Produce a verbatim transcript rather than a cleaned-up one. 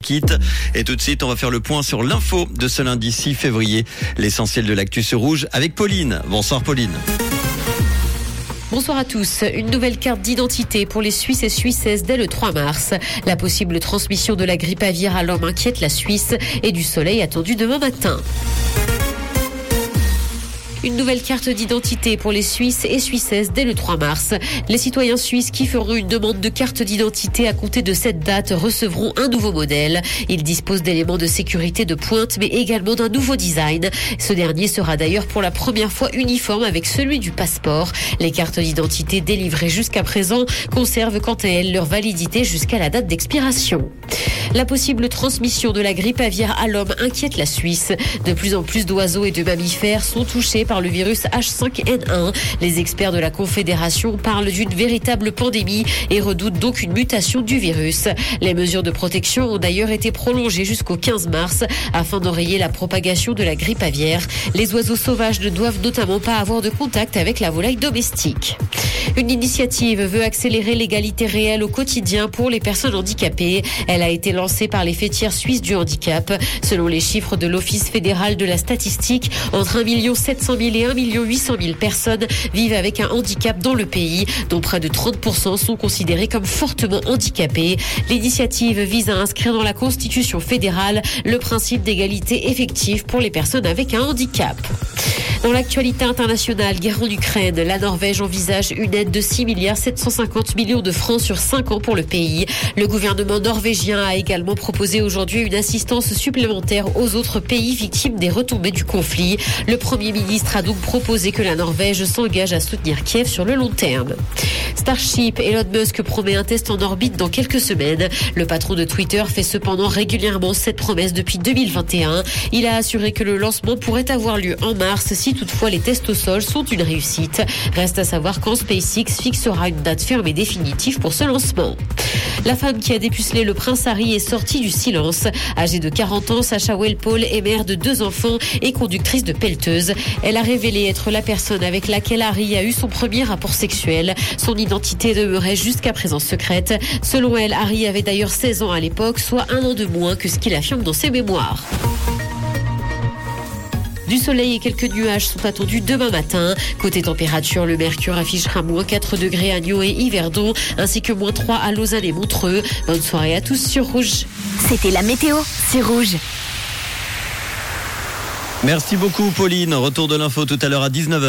quitte. Et tout de suite, on va faire le point sur l'info de ce lundi six février. L'essentiel de l'actu sur Rouge avec Pauline. Bonsoir Pauline. Bonsoir à tous. Une nouvelle carte d'identité pour les Suisses et Suissesses dès le trois mars. La possible transmission de la grippe aviaire à l'homme inquiète la Suisse et du soleil attendu demain matin. Une nouvelle carte d'identité pour les Suisses et Suissesses dès le trois mars. Les citoyens suisses qui feront une demande de carte d'identité à compter de cette date recevront un nouveau modèle. Il dispose d'éléments de sécurité de pointe, mais également d'un nouveau design. Ce dernier sera d'ailleurs pour la première fois uniforme avec celui du passeport. Les cartes d'identité délivrées jusqu'à présent conservent quant à elles leur validité jusqu'à la date d'expiration. La possible transmission de la grippe aviaire à l'homme inquiète la Suisse. De plus en plus d'oiseaux et de mammifères sont touchés par le virus H cinq N un. Les experts de la Confédération parlent d'une véritable pandémie et redoutent donc une mutation du virus. Les mesures de protection ont d'ailleurs été prolongées jusqu'au quinze mars afin d'enrayer la propagation de la grippe aviaire. Les oiseaux sauvages ne doivent notamment pas avoir de contact avec la volaille domestique. Une initiative veut accélérer l'égalité réelle au quotidien pour les personnes handicapées. Elle a été lancée par les fêtières suisses du handicap. Selon les chiffres de l'Office fédéral de la statistique, entre un million sept cent mille et un million huit cent mille personnes vivent avec un handicap dans le pays, dont près de trente pour cent sont considérés comme fortement handicapés. L'initiative vise à inscrire dans la Constitution fédérale le principe d'égalité effective pour les personnes avec un handicap. Dans l'actualité internationale, guerre en Ukraine, la Norvège envisage une aide de six milliards sept cent cinquante millions de francs sur cinq ans pour le pays. Le gouvernement norvégien a également proposé aujourd'hui une assistance supplémentaire aux autres pays victimes des retombées du conflit. Le Premier ministre a donc proposé que la Norvège s'engage à soutenir Kiev sur le long terme. Starship, Elon Musk promet un test en orbite dans quelques semaines. Le patron de Twitter fait cependant régulièrement cette promesse depuis deux mille vingt et un. Il a assuré que le lancement pourrait avoir lieu en mars si toutefois les tests au sol sont une réussite. Reste à savoir quand SpaceX fixera une date ferme et définitive pour ce lancement. La femme qui a dépucelé le prince Harry est sortie du silence. Âgée de quarante ans, Sacha Walpole est mère de deux enfants et conductrice de pelleteuse. Elle a révélé être la personne avec laquelle Harry a eu son premier rapport sexuel. Son identité demeurait jusqu'à présent secrète. Selon elle, Harry avait d'ailleurs seize ans à l'époque, soit un an de moins que ce qu'il affirme dans ses mémoires. Du soleil et quelques nuages sont attendus demain matin. Côté température, le mercure affichera moins quatre degrés à Nyon et Yverdon, ainsi que moins trois à Lausanne et Montreux. Bonne soirée à tous sur Rouge. C'était la météo sur Rouge. Merci beaucoup Pauline. Retour de l'info tout à l'heure à dix-neuf heures.